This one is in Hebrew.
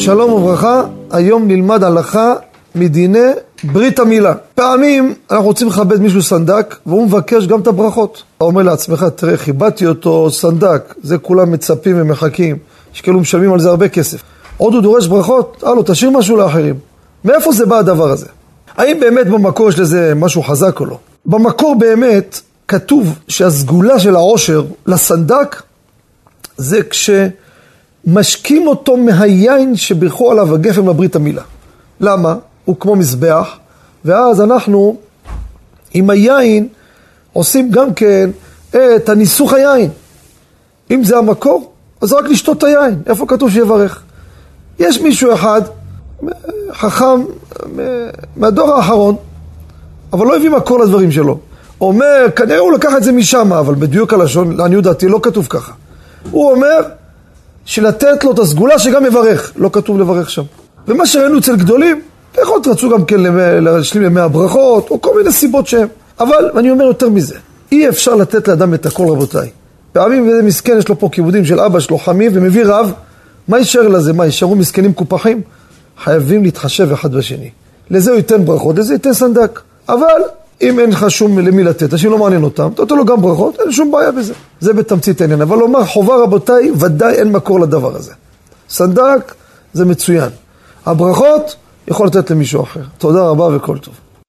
שלום וברכה, היום נלמד הלכה מדיני ברית המילה. פעמים אנחנו רוצים לכבד מישהו סנדק והוא מבקש גם את הברכות. אתה אומר לעצמך, תראה, חיבדתי אותו סנדק, זה כולם מצפים ומחכים, יש כאלו משלמים על זה הרבה כסף. עוד הוא דורש ברכות, תשאיר משהו לאחרים. מאיפה זה בא הדבר הזה? האם באמת במקור יש לזה משהו חזק או לא? במקור באמת כתוב שהסגולה של העושר לסנדק זה כשמשקים אותו מהיין שברכו עליו הגפן לברית המילה. למה? הוא כמו מזבח, ואז אנחנו עם היין עושים גם כן את הניסוך היין. אם זה המקור, אז רק לשתות את היין. איפה כתוב שיברך? יש מישהו אחד, חכם מהדור האחרון, אבל לא הביא מקור לדברים שלו. אומר, כנראה הוא לקח את זה משם, אבל בדיוק הלשון, לעניות דעתי, לא כתוב ככה. הוא אומר שלתת לו את הסגולה שגם יברך, לא כתוב לברך שם. ומה שראינו אצל גדולים, יכול להיות רצו גם כן להשלים ימי הברכות, או כל מיני סיבות שהם. אבל אני אומר יותר מזה, אי אפשר לתת לאדם את הכל, רבותיי. פעמים וזה מסכן, יש לו פה כיבודים של אבא שלו חמים ומביא רב, מה יישאר לזה? מה, יישארו מסכנים קופחים? חייבים להתחשב אחד בשני. לזה הוא ייתן ברכות, לזה ייתן סנדק. אבל אם אין לך שום למי לתת, השני לא מעניין אותם, אתה נותן לו גם ברכות, אין שום בעיה בזה. זה בתמצית העניין. אבל לומר חובה, רבותיי, ודאי אין מקור לדבר הזה. סנדק זה מצוין. הברכות יכול לתת למישהו אחר. תודה רבה וכל טוב.